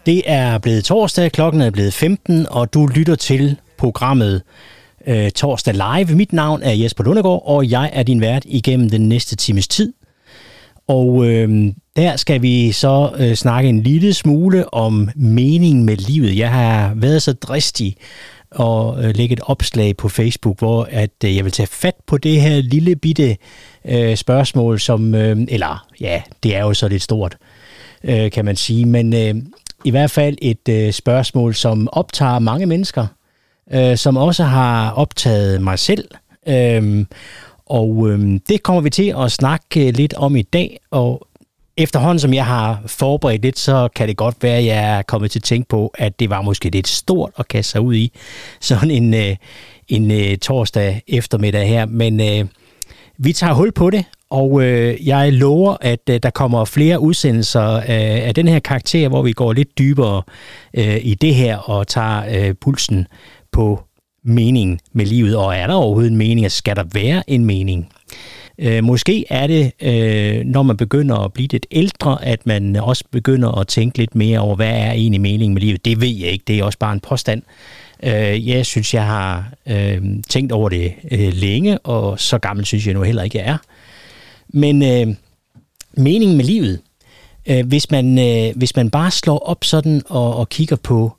Det er blevet torsdag, klokken er blevet 15, og du lytter til programmet Torsdag Live. Mit navn er Jesper Lundegård, og jeg er din vært igennem den næste times tid. Og der skal vi så snakke en lille smule om meningen med livet. Jeg har været så dristig og lægge et opslag på Facebook, hvor at jeg vil tage fat på det her lille bitte spørgsmål, som, det er jo så lidt stort, kan man sige, men i hvert fald et spørgsmål, som optager mange mennesker, som også har optaget mig selv, og det kommer vi til at snakke lidt om i dag, og efterhånden som jeg har forberedt lidt, så kan det godt være, at jeg er kommet til at tænke på, at det var måske lidt stort at kaste sig ud i sådan en torsdag eftermiddag her, men vi tager hul på det, og jeg lover, at der kommer flere udsendelser af den her karakter, hvor vi går lidt dybere i det her og tager pulsen på meningen med livet, og er der overhovedet en mening, og skal der være en mening? Måske er det, når man begynder at blive lidt ældre, at man også begynder at tænke lidt mere over, hvad er egentlig meningen med livet? Det ved jeg ikke, det er også bare en påstand. Jeg synes, jeg har tænkt over det længe, og så gammel synes jeg nu heller ikke, jeg er. Men meningen med livet, hvis man bare slår op sådan og kigger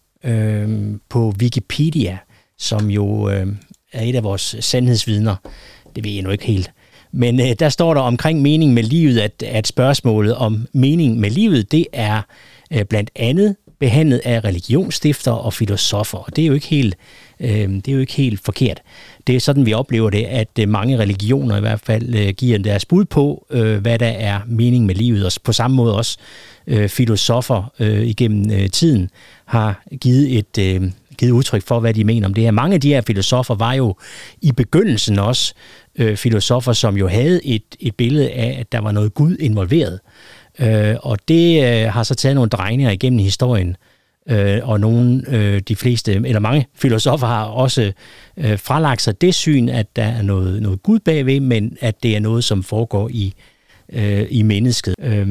på Wikipedia, som jo er et af vores sandhedsvidner, det ved jeg nu ikke helt, men der står der omkring meningen med livet, at spørgsmålet om meningen med livet, det er blandt andet behandlet af religionsstiftere og filosofer, og det er jo ikke helt forkert. Det er sådan, vi oplever det, at mange religioner i hvert fald giver deres bud på, hvad der er mening med livet, og på samme måde også filosofer igennem tiden har givet udtryk for, hvad de mener om det her. Mange af de her filosofer var jo i begyndelsen også filosofer, som jo havde et billede af, at der var noget Gud involveret. Og det har så taget nogle drejninger igennem historien, og de fleste, eller mange filosofer har også fralagt sig det syn, at der er noget Gud bagved, men at det er noget, som foregår i mennesket.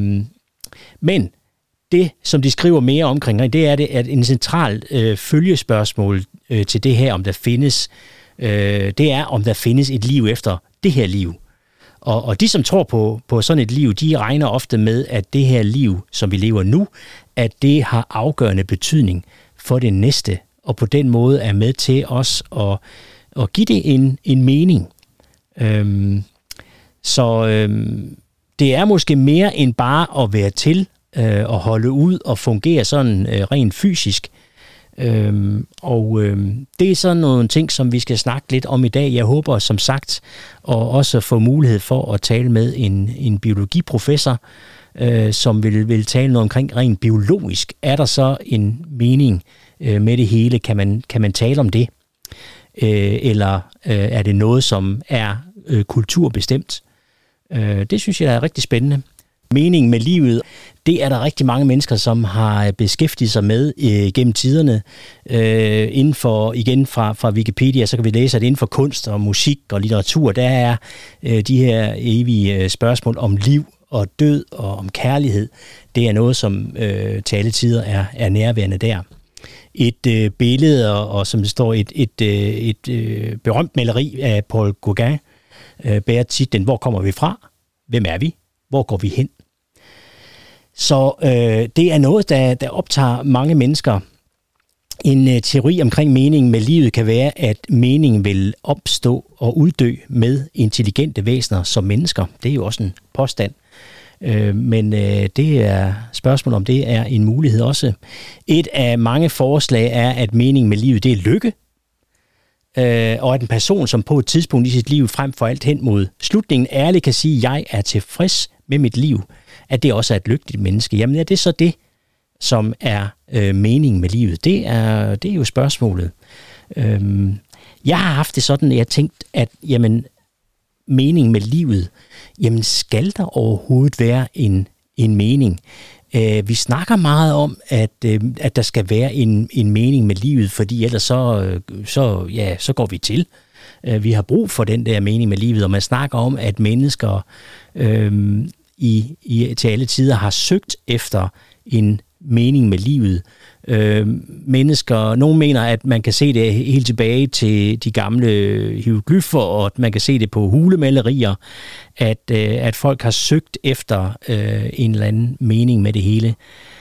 Men det, som de skriver mere omkring, det er det, at en central følgespørgsmål til det her, om der findes, det er, om der findes et liv efter det her liv. Og de, som tror på sådan et liv, de regner ofte med, at det her liv, som vi lever nu, at det har afgørende betydning for det næste, og på den måde er med til os at give det en mening. Så det er måske mere end bare at være til og holde ud og fungere sådan rent fysisk. Det er sådan nogle ting, som vi skal snakke lidt om i dag. Jeg håber som sagt at også få mulighed for at tale med en biologiprofessor, som vil tale noget omkring rent biologisk. Er der så en mening med det hele? Kan man tale om det? Eller er det noget, som er kulturbestemt? Det synes jeg er rigtig spændende. Meningen med livet, det er der rigtig mange mennesker, som har beskæftiget sig med gennem tiderne. Inden for, igen fra Wikipedia, så kan vi læse, at inden for kunst og musik og litteratur, der er de her evige spørgsmål om liv og død og om kærlighed. Det er noget, som til alle tider er nærværende der. Et billede, og som det står, et berømt maleri af Paul Gauguin, bærer titlen, hvor kommer vi fra? Hvem er vi? Hvor går vi hen? Så det er noget, der optager mange mennesker. En teori omkring meningen med livet kan være, at meningen vil opstå og uddø med intelligente væsener som mennesker. Det er jo også en påstand. Men det er spørgsmål om det er en mulighed også. Et af mange forslag er, at meningen med livet, det er lykke. Og at en person, som på et tidspunkt i sit liv frem for alt hen mod slutningen ærligt kan sige, at jeg er tilfreds med mit liv, at det også er et lykkeligt menneske. Jamen er det så det, som er meningen med livet? Det er jo spørgsmålet. Jeg har haft det sådan, at jeg tænkt, at jamen, meningen med livet, jamen skal der overhovedet være en mening? Vi snakker meget om, at der skal være en mening med livet, fordi ellers så går vi til. Vi har brug for den der mening med livet, og man snakker om, at mennesker til alle tider har søgt efter en mening med livet. Nogen mener, at man kan se det helt tilbage til de gamle hieroglyffer, og at man kan se det på hulemalerier, at folk har søgt efter en eller anden mening med det hele.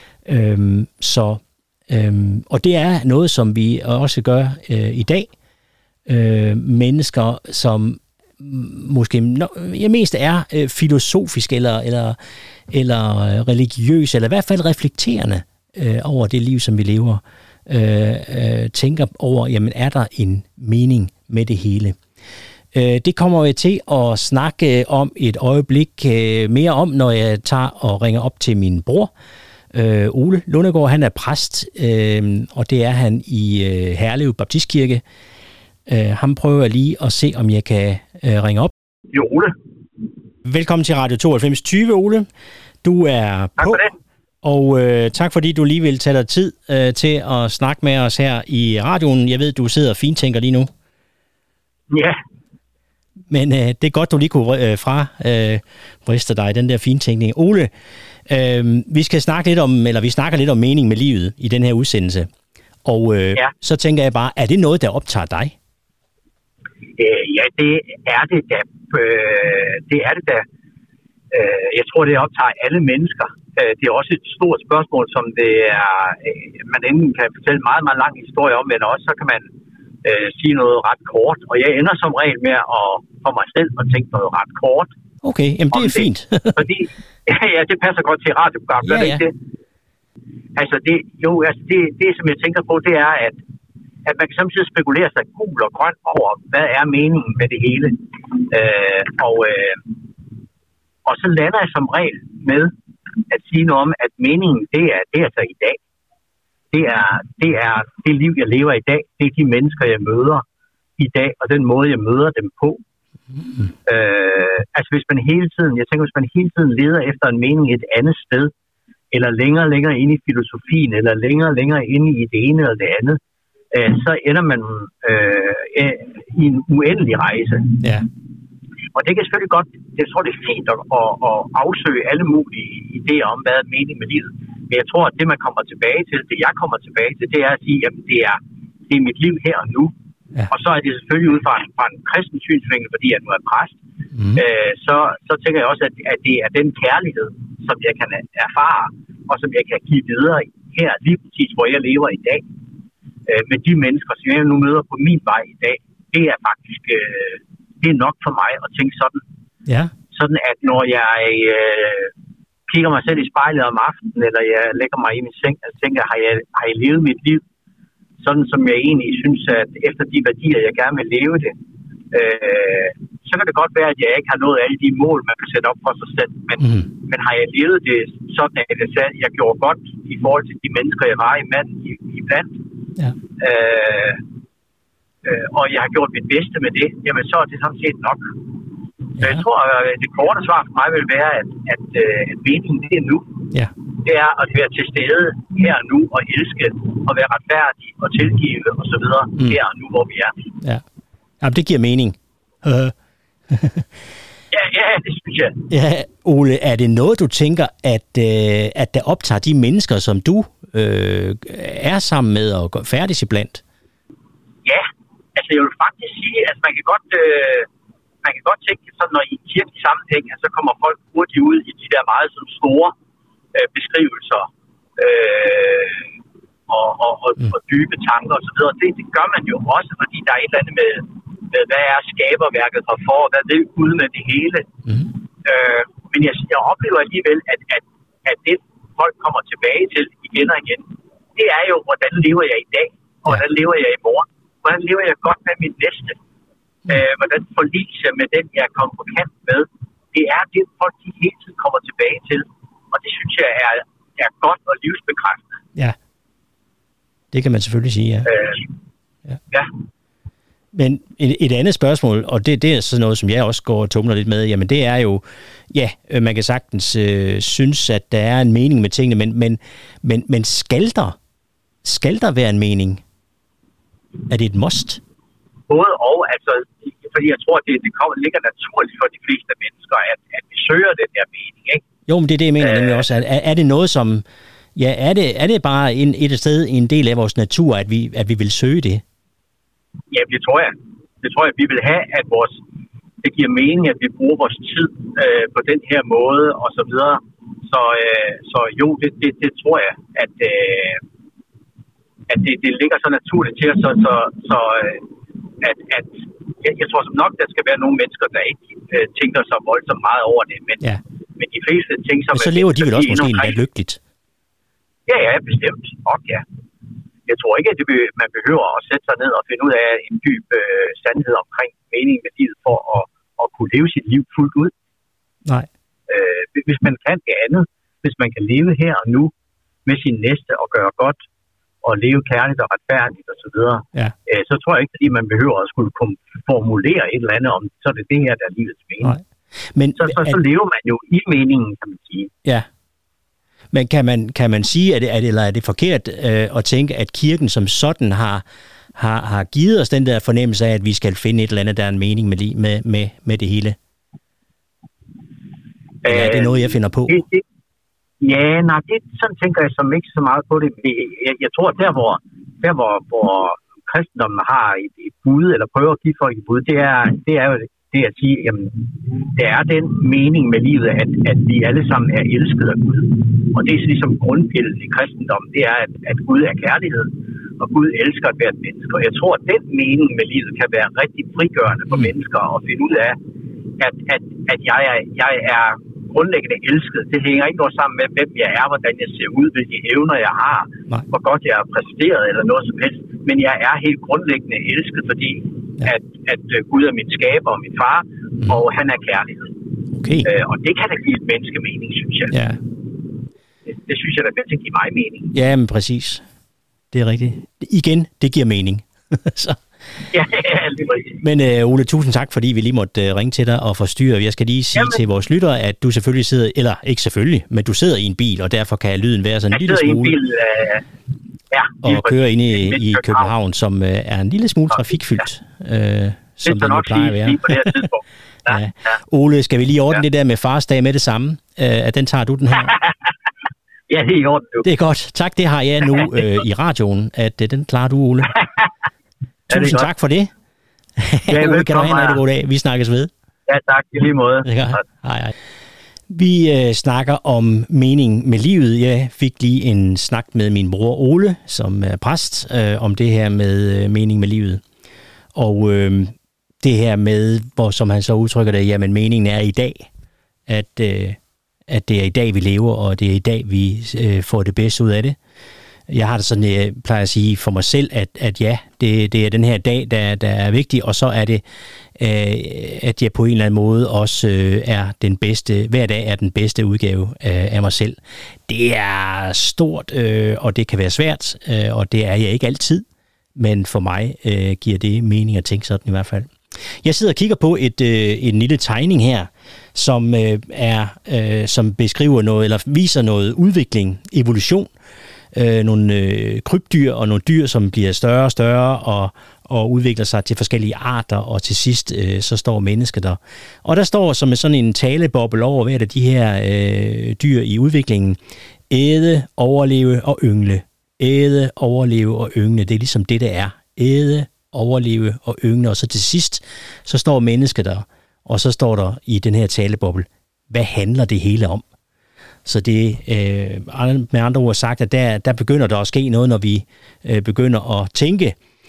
Og det er noget, som vi også gør i dag. Mennesker, som måske mest er filosofisk eller religiøs, eller i hvert fald reflekterende over det liv, som vi lever, tænker over, jamen er der en mening med det hele? Det kommer vi til at snakke om et øjeblik mere om, når jeg tager og ringer op til min bror, Ole Lundegård. Han er præst, og det er han i Herlev Baptistkirke. Ham prøver jeg lige at se, om jeg kan ringe op. Jo, Ole. Velkommen til Radio 9220, Ole. Du er tak på, for det. Og tak fordi du lige vil tage dig tid til at snakke med os her i radioen. Jeg ved, du sidder og fintænker lige nu. Ja. Men det er godt, du lige kunne vriste dig den der fintænkning. Ole, vi snakker lidt om mening med livet i den her udsendelse. Og så tænker jeg bare, er det noget, der optager dig? Ja, det er det da. Det er det da. Jeg tror, det optager alle mennesker. Det er også et stort spørgsmål, som det er, man enten kan fortælle meget, meget lang historie om, men også så kan man sige noget ret kort. Og jeg ender som regel med at for mig selv at tænke noget ret kort. Okay, jamen det er fint. Fordi, ja, det passer godt til radioprogram, gør det ikke det? Altså, det som jeg tænker på, det er, at man kan samtidig spekulere sig gul og grøn over, hvad er meningen med det hele. Og så lander jeg som regel med at sige noget om, at meningen, det er altså i dag. Det er det liv, jeg lever i dag. Det er de mennesker, jeg møder i dag, og den måde, jeg møder dem på. Altså, hvis man hele tiden leder efter en mening et andet sted, eller længere inde i filosofien, eller længere inde i det ene eller det andet, så ender man i en uendelig rejse. Ja. Og det kan selvfølgelig godt, jeg tror, det er fint at afsøge alle mulige idéer om, hvad er mening med livet. Men jeg tror, at det, man kommer tilbage til, det jeg kommer tilbage til, det er at sige, at det er mit liv her og nu. Ja. Og så er det selvfølgelig ud fra en kristen synsvinkel, fordi jeg nu er præst. Så tænker jeg også, at det er den kærlighed, som jeg kan erfare, og som jeg kan give videre her, lige præcis hvor jeg lever i dag. Med de mennesker, som jeg nu møder på min vej i dag, det er faktisk det er nok for mig at tænke sådan. Ja. Sådan at når jeg kigger mig selv i spejlet om aftenen, eller jeg lægger mig i min seng og tænker, har jeg levet mit liv sådan, som jeg egentlig synes, at efter de værdier, jeg gerne vil leve det, så kan det godt være, at jeg ikke har nået alle de mål, man kan sætte op for sig selv. Men har jeg levet det sådan, at jeg gjorde godt i forhold til de mennesker, jeg var iblandt, ja. Og jeg har gjort mit bedste med det, jamen så er det sådan set nok. Så jeg tror, at det korte svar for mig vil være, at meningen det er nu. Ja. Det er at være til stede her og nu, og elske, og være retfærdig, og tilgive, og så videre, her og nu, hvor vi er. Ja. Jamen, det giver mening. Ja, det synes jeg. Ja, Ole, er det noget, du tænker, at der optager de mennesker, som du er sammen med og færdig iblandt? Ja, altså jeg vil faktisk sige, at man kan godt tænke, sådan når i en kirkelig sammenhæng, at så kommer folk hurtigt ud i de der meget sådan store beskrivelser og dybe tanker osv. Det gør man jo også, fordi der er et eller andet med hvad er skaberværket herfor, hvad vil Gud med det hele. Men jeg oplever alligevel, at det folk kommer tilbage til igen og igen, det er jo, hvordan lever jeg i dag, og hvordan lever jeg i morgen, hvordan lever jeg godt med min næste, hvordan forliser jeg med den, jeg kommer på kant med. Det er det, folk de hele tiden kommer tilbage til, og det synes jeg er godt og livsbekræftende. Ja, det kan man selvfølgelig sige, ja. Ja. Men et andet spørgsmål, og det er sådan noget, som jeg også går og tumler lidt med, jamen det er jo, ja, man kan sagtens synes, at der er en mening med tingene, men skal der være en mening? Er det et must? Både og, altså, fordi jeg tror, at det ligger naturligt for de fleste mennesker, at vi søger den der mening, ikke? Jo, men det er det, jeg mener nemlig også. Er det noget, som Ja, er det bare et sted, en del af vores natur, at vi vil søge det? Ja, det tror jeg. Det tror jeg, vi vil have, at det giver mening, at vi bruger vores tid på den her måde, og så videre. Så jo, det tror jeg, at det ligger så naturligt til os, at jeg tror nok, der skal være nogle mennesker, der ikke tænker så voldsomt meget over det, men de fleste tænker så... Men så lever de vel også måske endda lykkeligt? Ja, bestemt. Og ja. Jeg tror ikke, at man behøver at sætte sig ned og finde ud af en dyb sandhed omkring meningen med livet for at kunne leve sit liv fuldt ud. Nej. Hvis man kan det andet, hvis man kan leve her og nu med sin næste og gøre godt, og leve kærligt og retfærdigt osv., så tror jeg ikke, at man behøver at skulle formulere et eller andet om, så er det her, der er livets mening. Nej. Men så lever man jo i meningen, kan man sige. Ja. Men kan man sige, eller er det forkert at tænke, at kirken som sådan har givet os den der fornemmelse af, at vi skal finde et eller andet, der er en mening med det hele? Eller er det noget, jeg finder på? Sådan tænker jeg som ikke så meget på det. Jeg tror, der hvor kristendommen har et bud, eller prøver at give folk et bud, det er jo det at sige, jamen, det er den mening med livet, at vi alle sammen er elsket af Gud. Og det er så ligesom grundpillen i kristendommen, det er, at Gud er kærlighed, og Gud elsker at være et menneske. Og jeg tror, at den mening med livet kan være rigtig frigørende for mennesker at finde ud af, at jeg er grundlæggende elsket. Det hænger ikke noget sammen med, hvem jeg er, hvordan jeg ser ud, hvilke evner jeg har, hvor godt jeg har præsteret eller noget som helst. Men jeg er helt grundlæggende elsket, fordi at Gud er min skaber og min far, og han er kærlighed. Okay. Og det kan da give et menneske mening, synes jeg. Ja. Det synes jeg da vil give mig mening. Ja, men præcis. Det er rigtigt. Igen, det giver mening. Så. Ja, lige præcis. Men Ole, tusind tak, fordi vi lige måtte ringe til dig og forstyrre. Jeg skal lige sige til vores lyttere, at du selvfølgelig sidder, eller ikke selvfølgelig, men du sidder i en bil, og derfor kan lyden være sådan en lille smule... Jeg sidder i en bil, og kører inde i København, som er en lille smule trafikfyldt, som det plejer at være. På det her tidspunkt. Ja. Ole, skal vi lige ordne det der med farsdag med det samme? At den tager du den her? Ja, det er i orden. Det er godt. Tak, det har jeg nu i radioen, at den klarer du, Ole. Tusind tak for det. Ole, kan du have en rigtig god dag. Vi snakkes ved. Ja, tak. I lige måde. Hej. Vi snakker om mening med livet. Jeg fik lige en snak med min bror Ole, som er præst, om det her med mening med livet. Og det her med, hvor som han så udtrykker det, jamen meningen er i dag, at det er i dag, vi lever, og det er i dag, vi får det bedste ud af det. Jeg har det sådan, jeg plejer at sige for mig selv, at ja, det er den her dag, der er vigtig, og så er det, at jeg på en eller anden måde også er den bedste, hver dag er den bedste udgave af mig selv. Det er stort, og det kan være svært, og det er jeg ikke altid, men for mig giver det mening at tænke sådan i hvert fald. Jeg sidder og kigger på en lille tegning her, som beskriver noget, eller viser noget udvikling, evolution, nogle krybdyr og nogle dyr, som bliver større og større og udvikler sig til forskellige arter, og til sidst så står mennesker der. Og der står som sådan en taleboble over hver af de her dyr i udviklingen: æde, overleve og yngle. Æde, overleve og yngle. Det er ligesom det, der er. Æde, overleve og yngle. Og så til sidst, så står mennesker der, og så står der i den her taleboble: hvad handler det hele om? Så det med andre ord sagt, at der begynder der at ske noget, når vi begynder at tænke.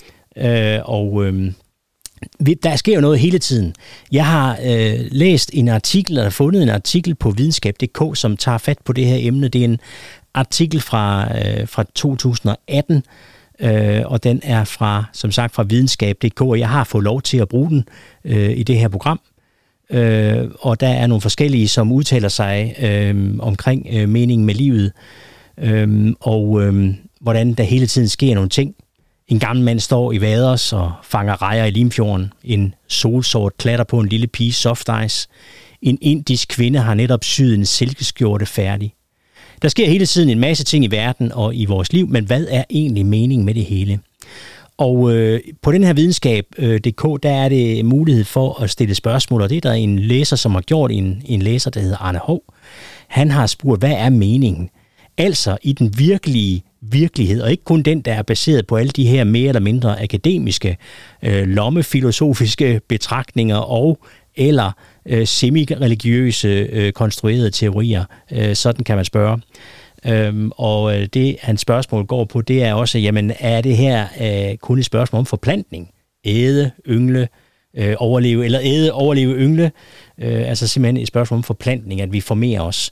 Der sker jo noget hele tiden. Jeg har læst en artikel, eller fundet en artikel på videnskab.dk, som tager fat på det her emne. Det er en artikel fra 2018, og den er som sagt fra videnskab.dk, og jeg har fået lov til at bruge den i det her program. Og der er nogle forskellige, som udtaler sig omkring meningen med livet, og hvordan der hele tiden sker nogle ting. En gammel mand står i Vaders og fanger rejer i Limfjorden. En solsort klatter på en lille piges soft ice. En indisk kvinde har netop syet en silkeskjorte færdig. Der sker hele tiden en masse ting i verden og i vores liv, men hvad er egentlig meningen med det hele? Og på den her videnskab.dk, der er det mulighed for at stille spørgsmål, og det er der en læser, som har gjort, en læser, der hedder Arne Hov. Han har spurgt, hvad er meningen? Altså i den virkelige virkelighed, og ikke kun den, der er baseret på alle de her mere eller mindre akademiske, lommefilosofiske betragtninger og eller semi-religiøse konstruerede teorier. Sådan kan man spørge. Og det, hans spørgsmål går på, det er også, jamen, er det her kun et spørgsmål om forplantning? Æde, yngle, overleve, eller æde, overleve, yngle? Altså simpelthen et spørgsmål om forplantning, at vi formerer os.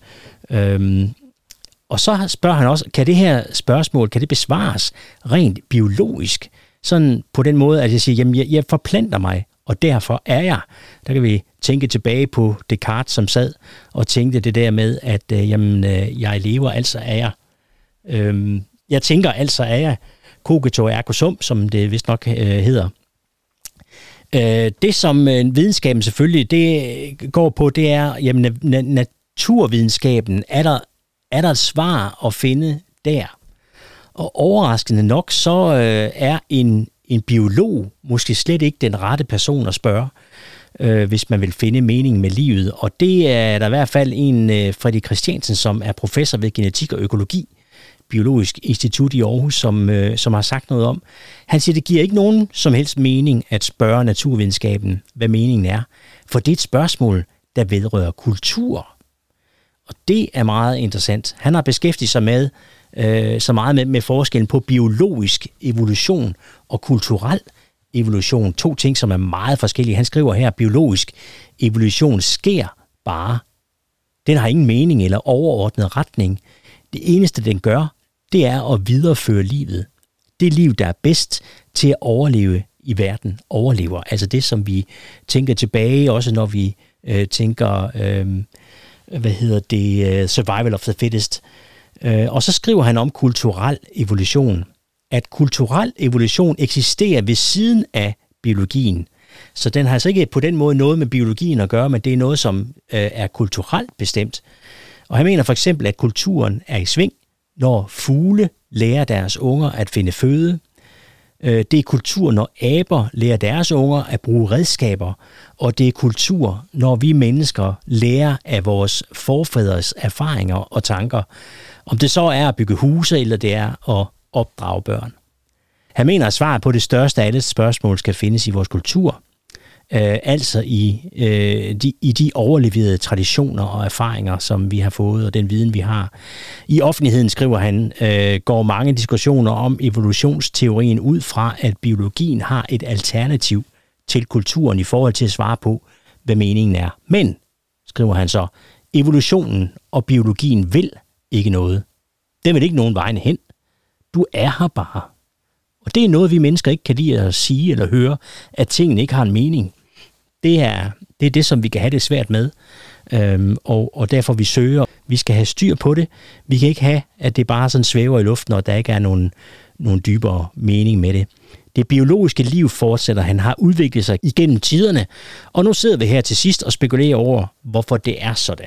Og så spørger han også, kan det her spørgsmål, kan det besvares rent biologisk? Sådan på den måde, at jeg siger, jamen, jeg forplanter mig, og derfor er jeg. Der kan vi tænke tilbage på Descartes, som sad og tænkte det der med, at jeg lever, altså er jeg. Jeg tænker, altså er jeg. Cogito ergo sum, som det vist nok hedder. Det, som videnskaben selvfølgelig det går på, det er, jamen, naturvidenskaben, er der et svar at finde der? Og overraskende nok, så er en biolog måske slet ikke den rette person at spørge, hvis man vil finde mening med livet. Og det er der i hvert fald en, Fredrik Christiansen, som er professor ved genetik og økologi, Biologisk Institut i Aarhus, som har sagt noget om. Han siger, det giver ikke nogen som helst mening at spørge naturvidenskaben, hvad meningen er. For det er et spørgsmål, der vedrører kultur. Og det er meget interessant. Han har beskæftiget sig med så meget med forskellen på biologisk evolution og kulturel evolution. 2 ting, som er meget forskellige. Han skriver her, biologisk evolution sker bare. Den har ingen mening eller overordnet retning. Det eneste, den gør, det er at videreføre livet. Det liv, der er bedst til at overleve i verden, overlever. Altså det, som vi tænker tilbage, også når vi tænker, survival of the fittest. Og så skriver han om kulturel evolution. At kulturel evolution eksisterer ved siden af biologien. Så den har altså ikke på den måde noget med biologien at gøre, men det er noget, som er kulturelt bestemt. Og han mener for eksempel, at kulturen er i sving, når fugle lærer deres unger at finde føde. Det er kultur, når aber lærer deres unger at bruge redskaber. Og det er kultur, når vi mennesker lærer af vores forfædres erfaringer og tanker. Om det så er at bygge huse, eller det er at opdrage børn. Han mener, at svaret på det største af alle spørgsmål skal findes i vores kultur. Altså i de overleverede traditioner og erfaringer, som vi har fået, og den viden, vi har. I offentligheden, skriver han, går mange diskussioner om evolutionsteorien ud fra, at biologien har et alternativ til kulturen i forhold til at svare på, hvad meningen er. Men, skriver han så, evolutionen og biologien vil ikke noget. Den vil ikke nogen vejen hen. Du er her bare. Og det er noget, vi mennesker ikke kan lide at sige eller høre, at tingene ikke har en mening. Det er det, som vi kan have det svært med, og derfor vi søger. Vi skal have styr på det. Vi kan ikke have, at det bare sådan svæver i luften, og der ikke er nogen dybere mening med det. Det biologiske liv fortsætter. Han har udviklet sig igennem tiderne, og nu sidder vi her til sidst og spekulerer over, hvorfor det er sådan.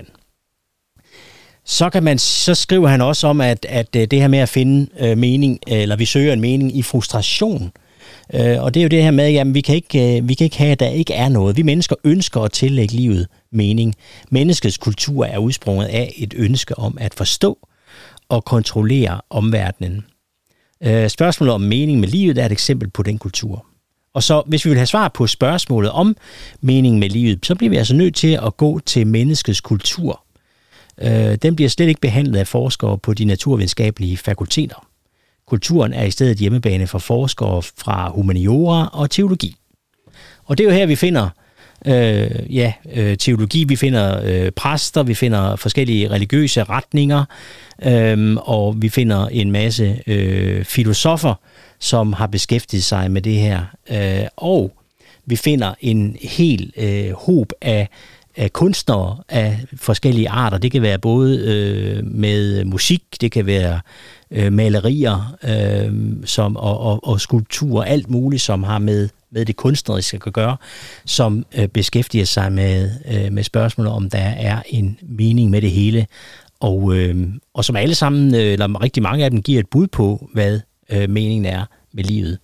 Så skriver han også om, at det her med at finde mening, eller vi søger en mening i frustration. Og det er jo det her med, at vi kan ikke have, at der ikke er noget. Vi mennesker ønsker at tillægge livet mening. Menneskets kultur er udsprunget af et ønske om at forstå og kontrollere omverdenen. Spørgsmålet om mening med livet er et eksempel på den kultur. Og så, hvis vi vil have svar på spørgsmålet om mening med livet, så bliver vi altså nødt til at gå til menneskets kultur. Den bliver slet ikke behandlet af forskere på de naturvidenskabelige fakulteter. Kulturen er i stedet hjemmebane for forskere fra humaniora og teologi. Og det er jo her, vi finder teologi, vi finder præster, vi finder forskellige religiøse retninger, og vi finder en masse filosofer, som har beskæftiget sig med det her. Og vi finder en hel hob af kunstnere af forskellige arter. Det kan være både med musik, det kan være malerier og skulpturer, alt muligt, som har med det kunstneriske at gøre, som beskæftiger sig med spørgsmålet, om der er en mening med det hele. Og som alle sammen, eller rigtig mange af dem, giver et bud på, hvad meningen er med livet.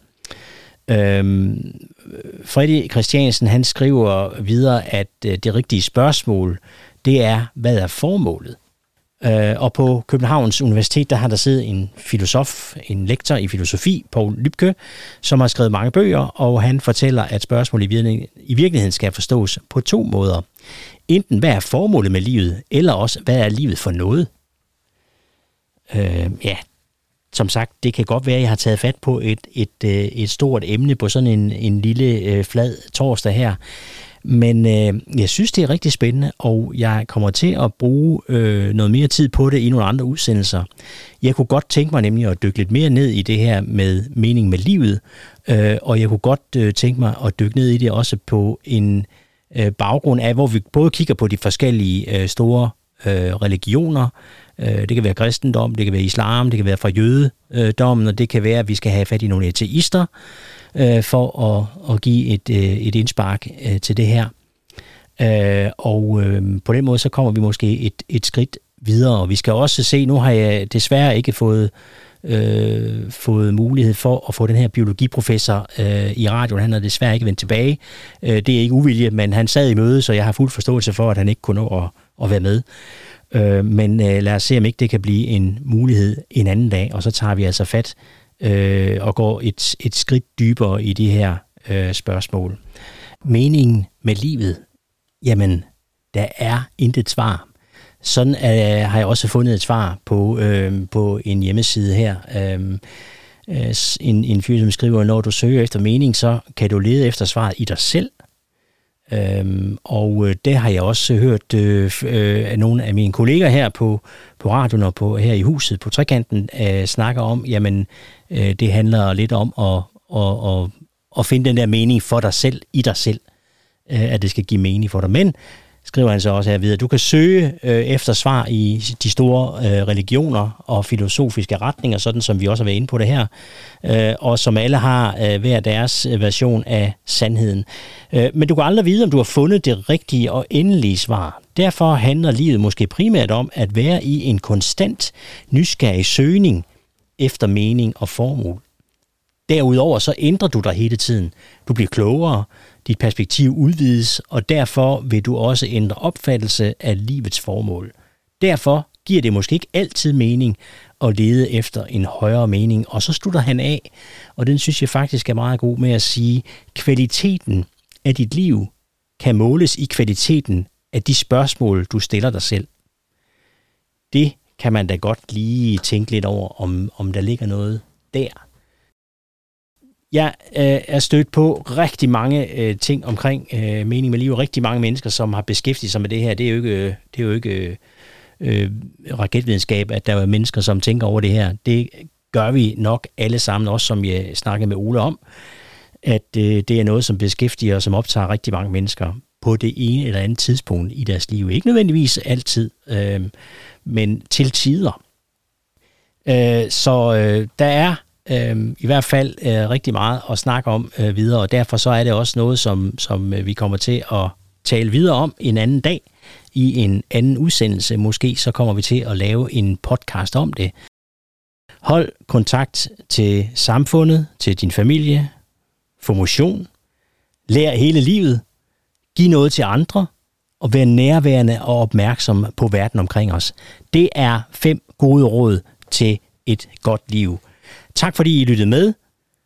Fredrik Christiansen, han skriver videre, at det rigtige spørgsmål, det er, hvad er formålet? Og på Københavns Universitet, der har der siddet en filosof, en lektor i filosofi, Poul Lübke, som har skrevet mange bøger, og han fortæller, at spørgsmålet i virkeligheden skal forstås på 2 måder. Enten hvad er formålet med livet, eller også hvad er livet for noget? Som sagt, det kan godt være, at jeg har taget fat på et stort emne på sådan en lille flad torsdag her. Men jeg synes, det er rigtig spændende, og jeg kommer til at bruge noget mere tid på det i nogle andre udsendelser. Jeg kunne godt tænke mig nemlig at dykke lidt mere ned i det her med mening med livet, og jeg kunne godt tænke mig at dykke ned i det også på en baggrund af, hvor vi både kigger på de forskellige store religioner. Det kan være kristendom, det kan være islam, det kan være fra jødedommen, og det kan være, at vi skal have fat i nogle ateister for at give et indspark til det her. Og på den måde, så kommer vi måske et skridt videre. Og vi skal også se, nu har jeg desværre ikke fået mulighed for at få den her biologiprofessor i radioen. Han har desværre ikke vendt tilbage. Det er ikke uvilje, men han sad i møde, så jeg har fuld forståelse for, at han ikke kunne nå at være med. Men lad os se, om ikke det kan blive en mulighed en anden dag, og så tager vi altså fat og går et skridt dybere i de her spørgsmål. Meningen med livet? Jamen, der er intet svar. Sådan har jeg også fundet et svar på en hjemmeside her. En fyr, som skriver, når du søger efter mening, så kan du lede efter svaret i dig selv. Og det har jeg også hørt af nogle af mine kolleger her på radioen og her i huset på Trekanten snakker om, jamen det handler lidt om at finde den der mening for dig selv, i dig selv, at det skal give mening for dig. Men, skriver han så også her videre, du kan søge efter svar i de store religioner og filosofiske retninger, sådan som vi også har været inde på det her, og som alle har hver deres version af sandheden. Men du kan aldrig vide, om du har fundet det rigtige og endelige svar. Derfor handler livet måske primært om at være i en konstant nysgerrig søgning efter mening og formål. Derudover så ændrer du dig hele tiden. Du bliver klogere, dit perspektiv udvides, og derfor vil du også ændre opfattelse af livets formål. Derfor giver det måske ikke altid mening at lede efter en højere mening, og så slutter han af, og den synes jeg faktisk er meget god med at sige, kvaliteten af dit liv kan måles i kvaliteten af de spørgsmål, du stiller dig selv. Det kan man da godt lige tænke lidt over, om der ligger noget der. Jeg er stødt på rigtig mange ting omkring mening med liv, og rigtig mange mennesker, som har beskæftiget sig med det her. Det er jo ikke raketvidenskab, at der er mennesker, som tænker over det her. Det gør vi nok alle sammen, også som jeg snakkede med Ole om, at det er noget, som beskæftiger og som optager rigtig mange mennesker på det ene eller andet tidspunkt i deres liv. Ikke nødvendigvis altid, men til tider. Så der er i hvert fald rigtig meget at snakke om videre, og derfor så er det også noget, som vi kommer til at tale videre om en anden dag i en anden udsendelse. Måske så kommer vi til at lave en podcast om det. Hold kontakt til samfundet, til din familie, få motion, lær hele livet, giv noget til andre, og vær nærværende og opmærksom på verden omkring os. Det er 5 gode råd til et godt liv. Tak fordi I lyttede med.